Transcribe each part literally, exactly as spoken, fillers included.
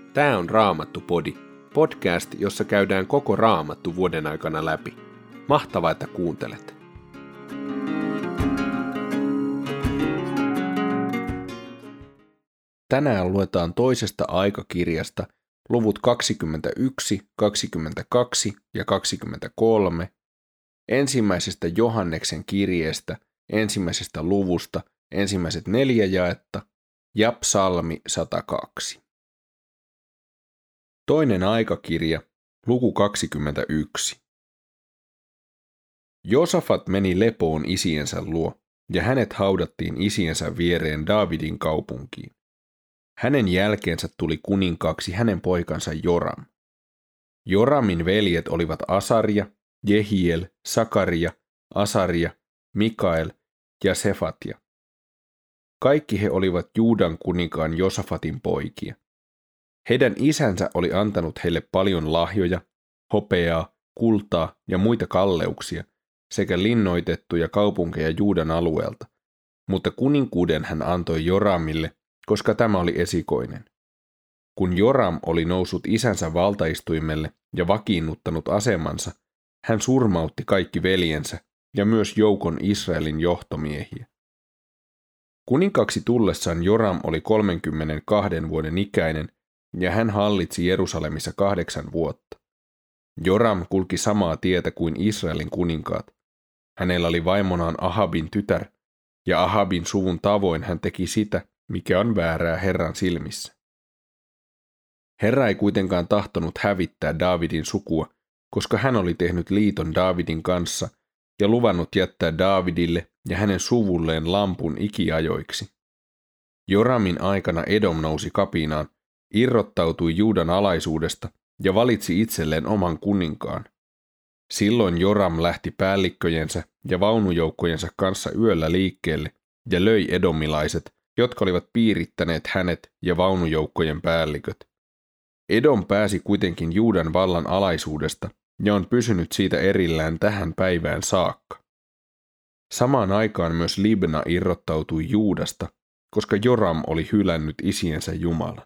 Tää on Raamattu-podi, podcast, jossa käydään koko Raamattu vuoden aikana läpi. Mahtavaa, että kuuntelet! Tänään luetaan toisesta aikakirjasta luvut kaksikymmentäyksi, kaksikymmentäkaksi ja kaksikymmentäkolme, ensimmäisestä Johanneksen kirjeestä, ensimmäisestä luvusta, ensimmäiset neljä jaetta ja psalmi sata kaksi. Toinen aikakirja, luku kaksikymmentäyksi. Josafat meni lepoon isiensä luo, ja hänet haudattiin isiensä viereen Daavidin kaupunkiin. Hänen jälkeensä tuli kuninkaaksi hänen poikansa Joram. Joramin veljet olivat Asaria, Jehiel, Sakaria, Asaria, Mikael ja Sefatia. Kaikki he olivat Juudan kuninkaan Josafatin poikia. Heidän isänsä oli antanut heille paljon lahjoja, hopeaa, kultaa ja muita kalleuksia sekä linnoitettuja kaupunkeja Juudan alueelta, mutta kuninkuuden hän antoi Joramille, koska tämä oli esikoinen. Kun Joram oli noussut isänsä valtaistuimelle ja vakiinnuttanut asemansa, hän surmautti kaikki veljensä ja myös joukon Israelin johtomiehiä. Kuninkaaksi tullessaan Joram oli kolmenkymmenenkahden vuoden ikäinen, ja hän hallitsi Jerusalemissa kahdeksan vuotta. Joram kulki samaa tietä kuin Israelin kuninkaat. Hänellä oli vaimonaan Ahabin tytär, ja Ahabin suvun tavoin hän teki sitä, mikä on väärää Herran silmissä. Herra ei kuitenkaan tahtonut hävittää Daavidin sukua, koska hän oli tehnyt liiton Daavidin kanssa ja luvannut jättää Daavidille ja hänen suvulleen lampun ikiajoiksi. Joramin aikana Edom nousi kapinaan, irrottautui Juudan alaisuudesta ja valitsi itselleen oman kuninkaan. Silloin Joram lähti päällikköjensä ja vaunujoukkojensa kanssa yöllä liikkeelle ja löi edomilaiset, jotka olivat piirittäneet hänet ja vaunujoukkojen päälliköt. Edom pääsi kuitenkin Juudan vallan alaisuudesta ja on pysynyt siitä erillään tähän päivään saakka. Samaan aikaan myös Libna irrottautui Juudasta, koska Joram oli hylännyt isiensä Jumalan.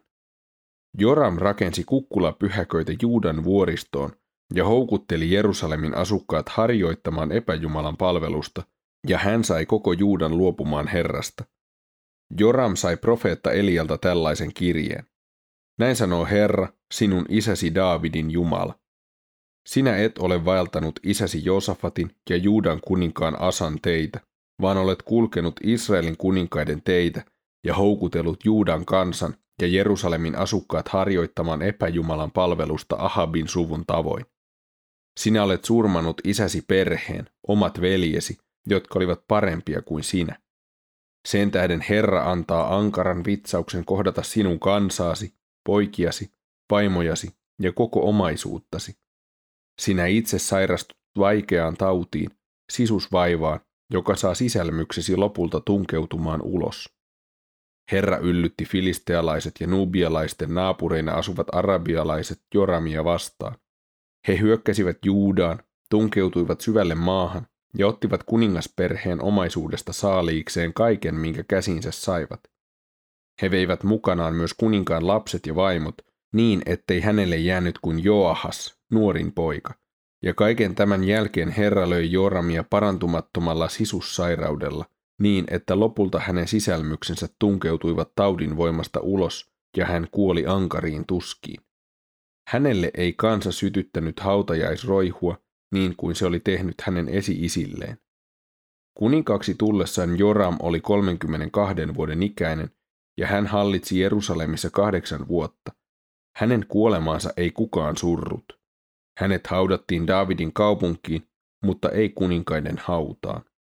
Joram rakensi kukkulapyhäköitä Juudan vuoristoon ja houkutteli Jerusalemin asukkaat harjoittamaan epäjumalan palvelusta, ja hän sai koko Juudan luopumaan Herrasta. Joram sai profeetta Elialta tällaisen kirjeen. Näin sanoo Herra, sinun isäsi Daavidin Jumala. Sinä et ole vaeltanut isäsi Josafatin ja Juudan kuninkaan Asan teitä, vaan olet kulkenut Israelin kuninkaiden teitä ja houkutellut Juudan kansan ja Jerusalemin asukkaat harjoittamaan epäjumalan palvelusta Ahabin suvun tavoin. Sinä olet surmannut isäsi perheen, omat veljesi, jotka olivat parempia kuin sinä. Sen tähden Herra antaa ankaran vitsauksen kohdata sinun kansaasi, poikiasi, vaimojasi ja koko omaisuuttasi. Sinä itse sairastut vaikeaan tautiin, sisusvaivaan, joka saa sisälmyksesi lopulta tunkeutumaan ulos. Herra yllytti filistealaiset ja nubialaisten naapureina asuvat arabialaiset Joramia vastaan. He hyökkäsivät Juudaan, tunkeutuivat syvälle maahan ja ottivat kuningasperheen omaisuudesta saaliikseen kaiken, minkä käsinsä saivat. He veivät mukanaan myös kuninkaan lapset ja vaimot niin, ettei hänelle jäänyt kuin Joahas, nuorin poika, ja kaiken tämän jälkeen Herra löi Joramia parantumattomalla sisussairaudella, niin että lopulta hänen sisälmyksensä tunkeutuivat taudin voimasta ulos ja hän kuoli ankariin tuskiin. Hänelle ei kansa sytyttänyt hautajaisroihua niin kuin se oli tehnyt hänen esi-isilleen. Kuninkaaksi tullessaan Joram oli kolmenkymmenenkahden vuoden ikäinen ja hän hallitsi Jerusalemissa kahdeksan vuotta. Hänen kuolemaansa ei kukaan surrut. Hänet haudattiin Daavidin kaupunkiin, mutta ei kuninkaiden hautaan.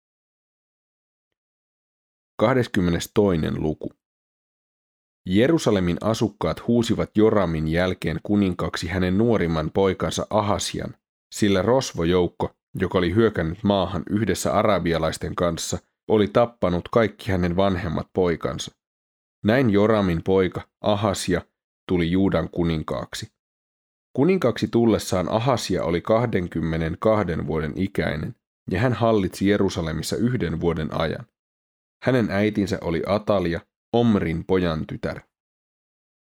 kahdeskymmenestoinen luku. Jerusalemin asukkaat huusivat Joramin jälkeen kuninkaaksi hänen nuorimman poikansa Ahasian, sillä rosvojoukko, joka oli hyökännyt maahan yhdessä arabialaisten kanssa, oli tappanut kaikki hänen vanhemmat poikansa. Näin Joramin poika Ahasia tuli Juudan kuninkaaksi. Kuninkaaksi tullessaan Ahasia oli kaksikymmentäkaksi vuoden ikäinen, ja hän hallitsi Jerusalemissa yhden vuoden ajan. Hänen äitinsä oli Atalia, Omrin pojan tytär.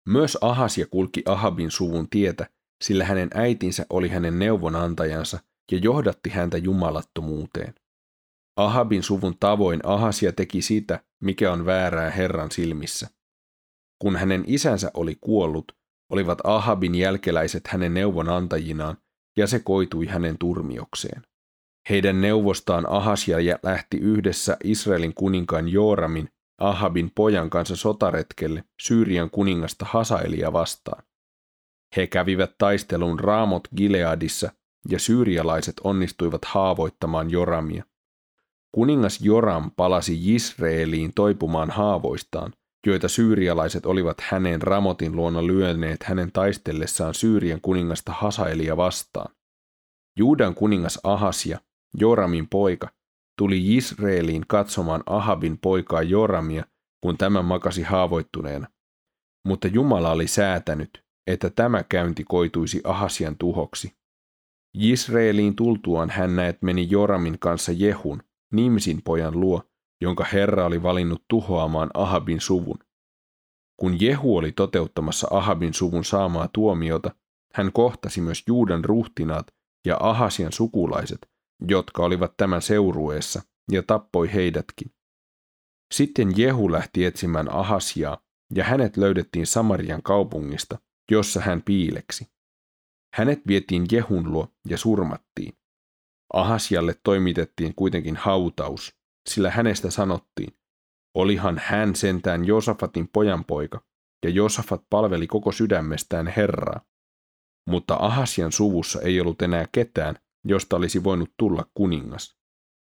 Myös Ahasia kulki Ahabin suvun tietä, sillä hänen äitinsä oli hänen neuvonantajansa ja johdatti häntä jumalattomuuteen. Ahabin suvun tavoin Ahasia teki sitä, mikä on väärää Herran silmissä. Kun hänen isänsä oli kuollut, olivat Ahabin jälkeläiset hänen neuvonantajinaan, ja se koitui hänen turmiokseen. Heidän neuvostaan Ahasia lähti yhdessä Israelin kuninkaan Jooramin, Ahabin pojan kanssa sotaretkelle Syyrian kuningasta Hasaelia vastaan. He kävivät taistelun Raamot Gileadissa, ja syyrialaiset onnistuivat haavoittamaan Joramia. Kuningas Joram palasi Jisreeliin toipumaan haavoistaan, joita syyrialaiset olivat hänen Ramotin luona lyöneet hänen taistellessaan Syyrian kuningasta Hasaelia vastaan. Juudan kuningas Ahasia, Joramin poika, tuli Jisreeliin katsomaan Ahabin poikaa Joramia, kun tämä makasi haavoittuneena. Mutta Jumala oli säätänyt, että tämä käynti koituisi Ahasian tuhoksi. Jisreeliin tultuaan hän näet meni Joramin kanssa Jehun, Nimsin pojan luo, jonka Herra oli valinnut tuhoamaan Ahabin suvun. Kun Jehu oli toteuttamassa Ahabin suvun saamaa tuomiota, hän kohtasi myös Juudan ruhtinaat ja Ahasian sukulaiset, jotka olivat tämän seurueessa, ja tappoi heidätkin. Sitten Jehu lähti etsimään Ahasiaa, ja hänet löydettiin Samarian kaupungista, jossa hän piileksi. Hänet vietiin Jehun luo ja surmattiin. Ahasialle toimitettiin kuitenkin hautaus, sillä hänestä sanottiin, olihan hän sentään Josafatin pojanpoika, ja Josafat palveli koko sydämestään Herraa. Mutta Ahasian suvussa ei ollut enää ketään, josta olisi voinut tulla kuningas.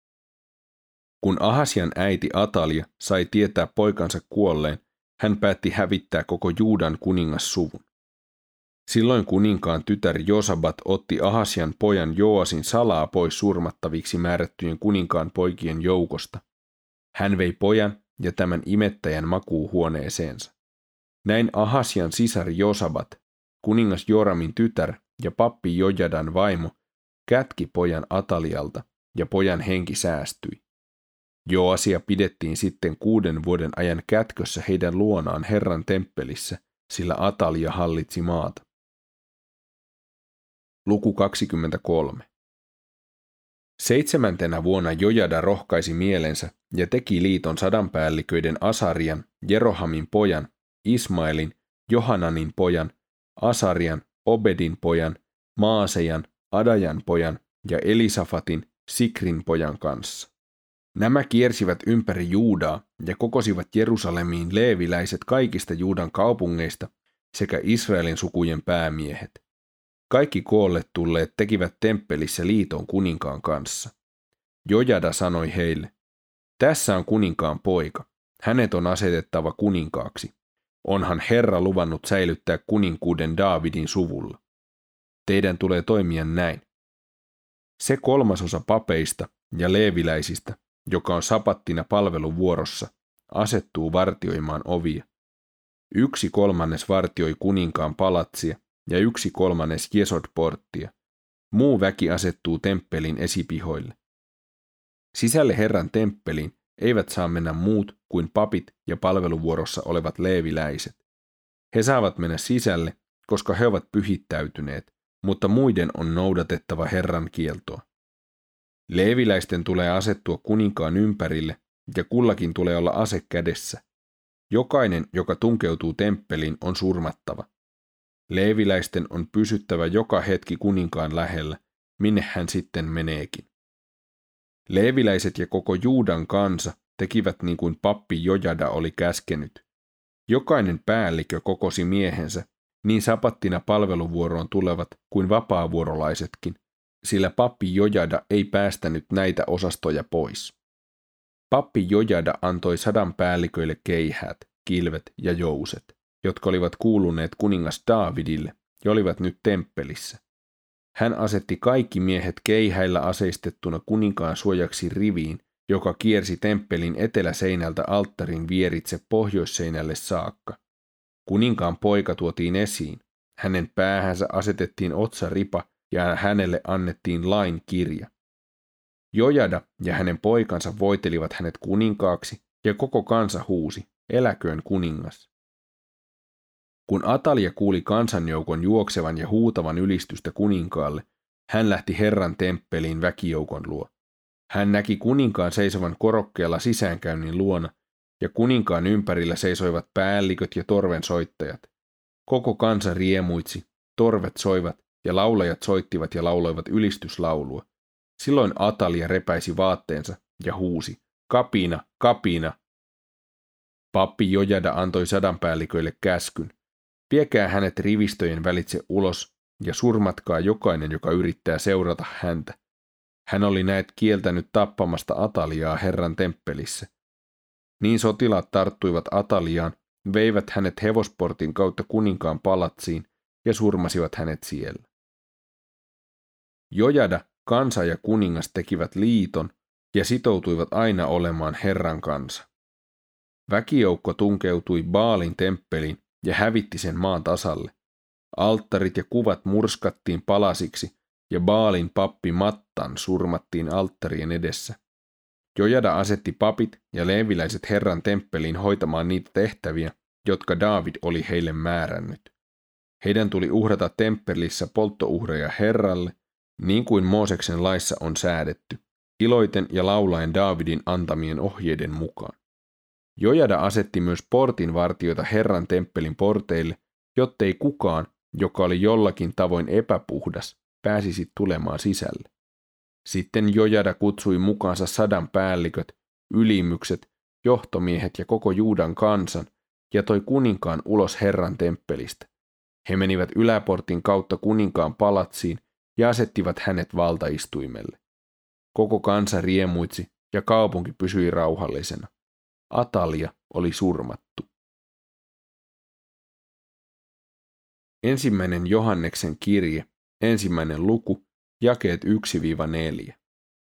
Kun Ahasian äiti Atalia sai tietää poikansa kuolleen, hän päätti hävittää koko Juudan kuningassuvun. Silloin kuninkaan tytär Josabat otti Ahasian pojan Joasin salaa pois surmattaviksi määrättyjen kuninkaan poikien joukosta. Hän vei pojan ja tämän imettäjän makuuhuoneeseensa. Näin Ahasian sisar Josabat, kuningas Joramin tytär ja pappi Jojadan vaimo, kätki pojan Atalialta, ja pojan henki säästyi. Joasia pidettiin sitten kuuden vuoden ajan kätkössä heidän luonaan Herran temppelissä, sillä Atalia hallitsi maata. Luku kaksikymmentäkolme. Seitsemäntenä vuonna Jojada rohkaisi mielensä ja teki liiton sadanpäälliköiden Asarian, Jerohamin pojan, Ismaelin, Johananin pojan, Asarian, Obedin pojan, Maasejan, Adajan pojan ja Elisafatin, Sikrin pojan kanssa. Nämä kiersivät ympäri Juudaa ja kokosivat Jerusalemiin leeviläiset kaikista Juudan kaupungeista sekä Israelin sukujen päämiehet. Kaikki koolle tulleet tekivät temppelissä liiton kuninkaan kanssa. Jojada sanoi heille, tässä on kuninkaan poika, hänet on asetettava kuninkaaksi. Onhan Herra luvannut säilyttää kuninkuuden Daavidin suvulla. Teidän tulee toimia näin. Se kolmasosa papeista ja leeviläisistä, joka on sapattina palveluvuorossa, asettuu vartioimaan ovia. Yksi kolmannes vartioi kuninkaan palatsia ja yksi kolmannes Jesod-porttia. Muu väki asettuu temppelin esipihoille. Sisälle Herran temppeliin eivät saa mennä muut kuin papit ja palveluvuorossa olevat leeviläiset. He saavat mennä sisälle, koska he ovat pyhittäytyneet, mutta muiden on noudatettava Herran kieltoa. Leeviläisten tulee asettua kuninkaan ympärille ja kullakin tulee olla ase kädessä. Jokainen, joka tunkeutuu temppeliin, on surmattava. Leeviläisten on pysyttävä joka hetki kuninkaan lähellä, minne hän sitten meneekin. Leeviläiset ja koko Juudan kansa tekivät niin kuin pappi Jojada oli käskenyt. Jokainen päällikö kokosi miehensä, niin sapattina palveluvuoroon tulevat kuin vapaavuorolaisetkin, sillä pappi Jojada ei päästänyt näitä osastoja pois. Pappi Jojada antoi sadan päälliköille keihäät, kilvet ja jouset, jotka olivat kuuluneet kuningas Daavidille ja olivat nyt temppelissä. Hän asetti kaikki miehet keihäillä aseistettuna kuninkaan suojaksi riviin, joka kiersi temppelin eteläseinältä alttarin vieritse pohjoisseinälle saakka. Kuninkaan poika tuotiin esiin. Hänen päähänsä asetettiin otsaripa ja hänelle annettiin lain kirja. Jojada ja hänen poikansa voitelivat hänet kuninkaaksi ja koko kansa huusi, eläköön kuningas. Kun Atalia kuuli kansanjoukon juoksevan ja huutavan ylistystä kuninkaalle, hän lähti Herran temppeliin väkijoukon luo. Hän näki kuninkaan seisovan korokkeella sisäänkäynnin luona, ja kuninkaan ympärillä seisoivat päälliköt ja torvensoittajat. Koko kansa riemuitsi, torvet soivat, ja laulajat soittivat ja lauloivat ylistyslaulua. Silloin Atalia repäisi vaatteensa ja huusi, kapina, kapina! Pappi Jojada antoi sadanpäälliköille käskyn, viekää hänet rivistöjen välitse ulos ja surmatkaa jokainen, joka yrittää seurata häntä. Hän oli näet kieltänyt tappamasta Ataliaa Herran temppelissä. Niin sotilaat tarttuivat Ataliaan, veivät hänet hevosportin kautta kuninkaan palatsiin ja surmasivat hänet siellä. Jojada, kansa ja kuningas tekivät liiton ja sitoutuivat aina olemaan Herran kansa. Väkijoukko tunkeutui Baalin temppeliin ja hävitti sen maan tasalle. Alttarit ja kuvat murskattiin palasiksi ja Baalin pappi Mattan surmattiin alttarien edessä. Jojada asetti papit ja leeviläiset Herran temppeliin hoitamaan niitä tehtäviä, jotka Daavid oli heille määrännyt. Heidän tuli uhrata temppelissä polttouhreja Herralle, niin kuin Mooseksen laissa on säädetty, iloiten ja laulaen Daavidin antamien ohjeiden mukaan. Jojada asetti myös portinvartijoita Herran temppelin porteille, jottei kukaan, joka oli jollakin tavoin epäpuhdas, pääsisi tulemaan sisälle. Sitten Jojada kutsui mukaansa sadan päälliköt, ylimykset, johtomiehet ja koko Juudan kansan ja toi kuninkaan ulos Herran temppelistä. He menivät yläportin kautta kuninkaan palatsiin ja asettivat hänet valtaistuimelle. Koko kansa riemuitsi ja kaupunki pysyi rauhallisena. Atalia oli surmattu. Ensimmäinen Johanneksen kirje, ensimmäinen luku, jakeet yksi neljä.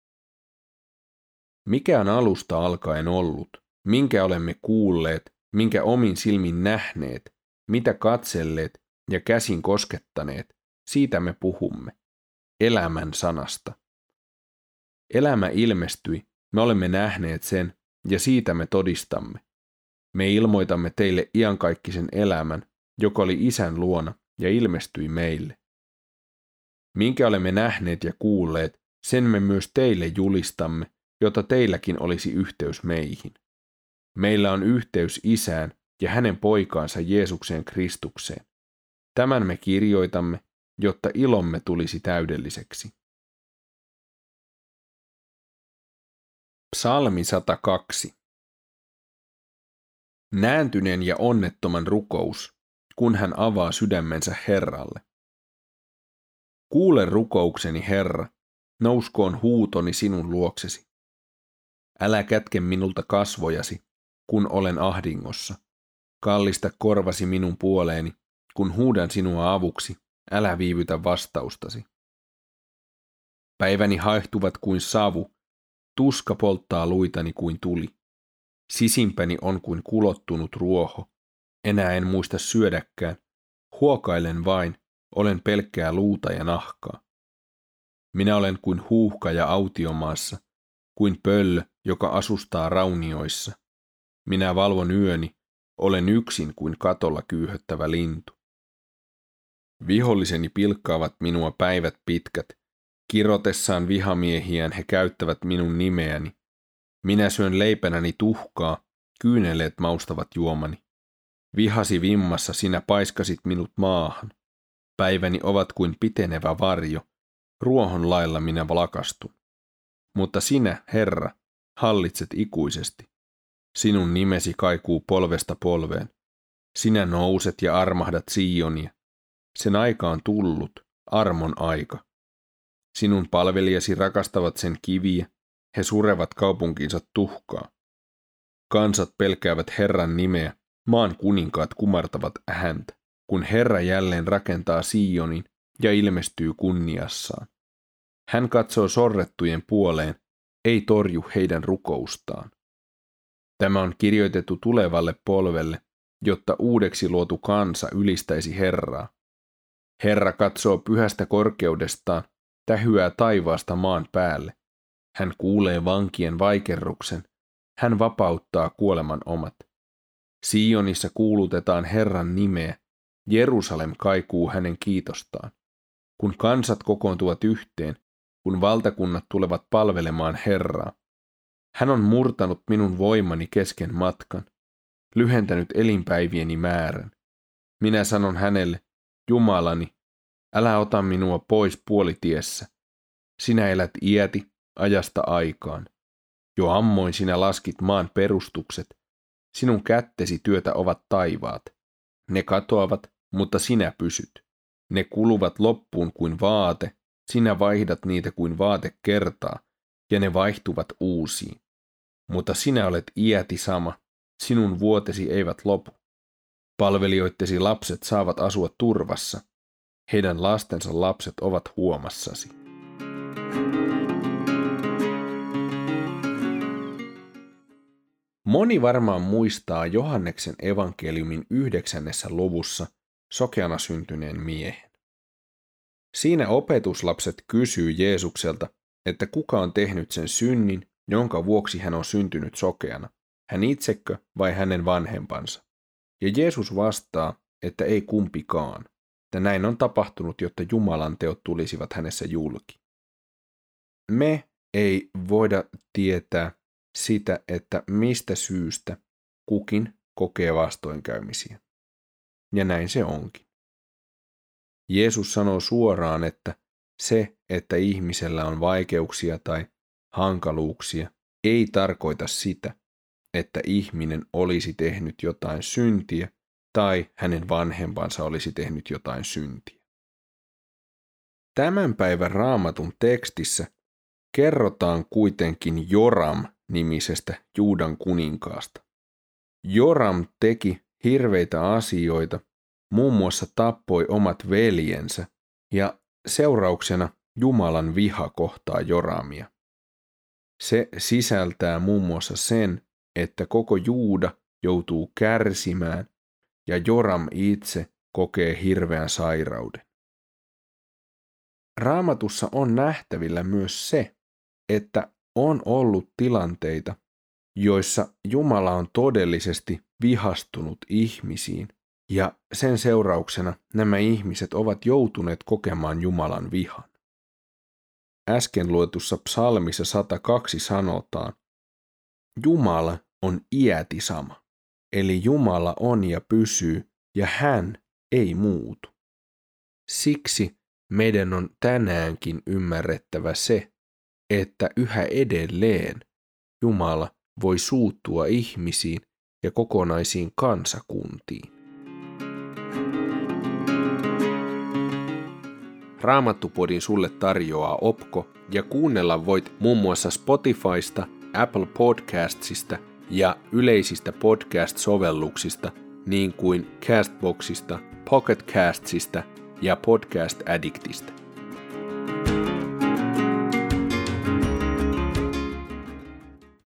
Mikä on alusta alkaen ollut, minkä olemme kuulleet, minkä omin silmin nähneet, mitä katselleet ja käsin koskettaneet, siitä me puhumme, elämän sanasta. Elämä ilmestyi, me olemme nähneet sen, ja siitä me todistamme. Me ilmoitamme teille iankaikkisen elämän, joka oli Isän luona ja ilmestyi meille. Minkä olemme nähneet ja kuulleet, sen me myös teille julistamme, jotta teilläkin olisi yhteys meihin. Meillä on yhteys Isään ja hänen poikaansa Jeesukseen Kristukseen. Tämän me kirjoitamme, jotta ilomme tulisi täydelliseksi. Psalmi sata kaksi. Nääntyneen ja onnettoman rukous, kun hän avaa sydämensä Herralle. Kuule rukoukseni, Herra, nouskoon huutoni sinun luoksesi. Älä kätke minulta kasvojasi, kun olen ahdingossa. Kallista korvasi minun puoleeni, kun huudan sinua avuksi, älä viivytä vastaustasi. Päiväni haihtuvat kuin savu, tuska polttaa luitani kuin tuli. Sisimpäni on kuin kulottunut ruoho, enää en muista syödäkään, huokailen vain, olen pelkkää luuta ja nahkaa. Minä olen kuin huuhkaja autiomaassa, kuin pöllö, joka asustaa raunioissa. Minä valvon yöni, olen yksin kuin katolla kyyhöttävä lintu. Viholliseni pilkkaavat minua päivät pitkät, kirotessaan vihamiehiään he käyttävät minun nimeäni. Minä syön leipänäni tuhkaa, kyyneleet maustavat juomani. Vihasi vimmassa sinä paiskasit minut maahan. Päiväni ovat kuin pitenevä varjo, ruohon lailla minä lakastun. Mutta sinä, Herra, hallitset ikuisesti. Sinun nimesi kaikuu polvesta polveen. Sinä nouset ja armahdat Sionia. Sen aika on tullut, armon aika. Sinun palvelijasi rakastavat sen kiviä, he surevat kaupunkinsa tuhkaa. Kansat pelkäävät Herran nimeä, maan kuninkaat kumartavat häntä, kun Herra jälleen rakentaa Sionin ja ilmestyy kunniassaan. Hän katsoo sorrettujen puoleen, ei torju heidän rukoustaan. Tämä on kirjoitettu tulevalle polvelle, jotta uudeksi luotu kansa ylistäisi Herraa. Herra katsoo pyhästä korkeudestaan, tähyää taivaasta maan päälle. Hän kuulee vankien vaikerruksen, hän vapauttaa kuoleman omat. Sionissa kuulutetaan Herran nimeä, Jerusalem kaikuu hänen kiitostaan. Kun kansat kokoontuvat yhteen, kun valtakunnat tulevat palvelemaan Herraa. Hän on murtanut minun voimani kesken matkan, lyhentänyt elinpäivieni määrän. Minä sanon hänelle, Jumalani, älä ota minua pois puolitiessä. Sinä elät iäti ajasta aikaan. Jo ammoin sinä laskit maan perustukset. Sinun kättesi työtä ovat taivaat. Ne katoavat, mutta sinä pysyt. Ne kuluvat loppuun kuin vaate. Sinä vaihdat niitä kuin vaate kertaa, ja ne vaihtuvat uusiin. Mutta sinä olet iäti sama. Sinun vuotesi eivät lopu. Palvelijoittesi lapset saavat asua turvassa. Heidän lastensa lapset ovat huomassasi. Moni varmaan muistaa Johanneksen evankeliumin yhdeksännessä luvussa sokeana syntyneen miehen. Siinä opetuslapset kysyy Jeesukselta, että kuka on tehnyt sen synnin, jonka vuoksi hän on syntynyt sokeana, hän itsekö vai hänen vanhempansa. Ja Jeesus vastaa, että ei kumpikaan, että näin on tapahtunut, jotta Jumalan teot tulisivat hänessä julki. Me ei voida tietää sitä, että mistä syystä kukin kokee vastoinkäymisiä. Ja näin se onkin. Jeesus sanoo suoraan, että se, että ihmisellä on vaikeuksia tai hankaluuksia, ei tarkoita sitä, että ihminen olisi tehnyt jotain syntiä tai hänen vanhempansa olisi tehnyt jotain syntiä. Tämän päivän Raamatun tekstissä kerrotaan kuitenkin Joram-nimisestä Juudan kuninkaasta. Joram teki hirveitä asioita, muun muassa tappoi omat veljensä ja seurauksena Jumalan viha kohtaa Joramia. Se sisältää muun muassa sen, että koko Juuda joutuu kärsimään ja Joram itse kokee hirveän sairauden. Raamatussa on nähtävillä myös se, että on ollut tilanteita, joissa Jumala on todellisesti vihastunut ihmisiin ja sen seurauksena nämä ihmiset ovat joutuneet kokemaan Jumalan vihan. Äsken luetussa psalmissa sata kaksi sanotaan, Jumala on iäti sama, eli Jumala on ja pysyy ja hän ei muutu. Siksi meidän on tänäänkin ymmärrettävä se, että yhä edelleen Jumala voi suuttua ihmisiin ja kokonaisiin kansakuntiin. Raamattupodin sulle tarjoaa Opko ja kuunnella voit muun muassa Spotifysta, Apple Podcastsista ja yleisistä podcast-sovelluksista niin kuin Castboxista, Pocket Castsista ja Podcast Addictista.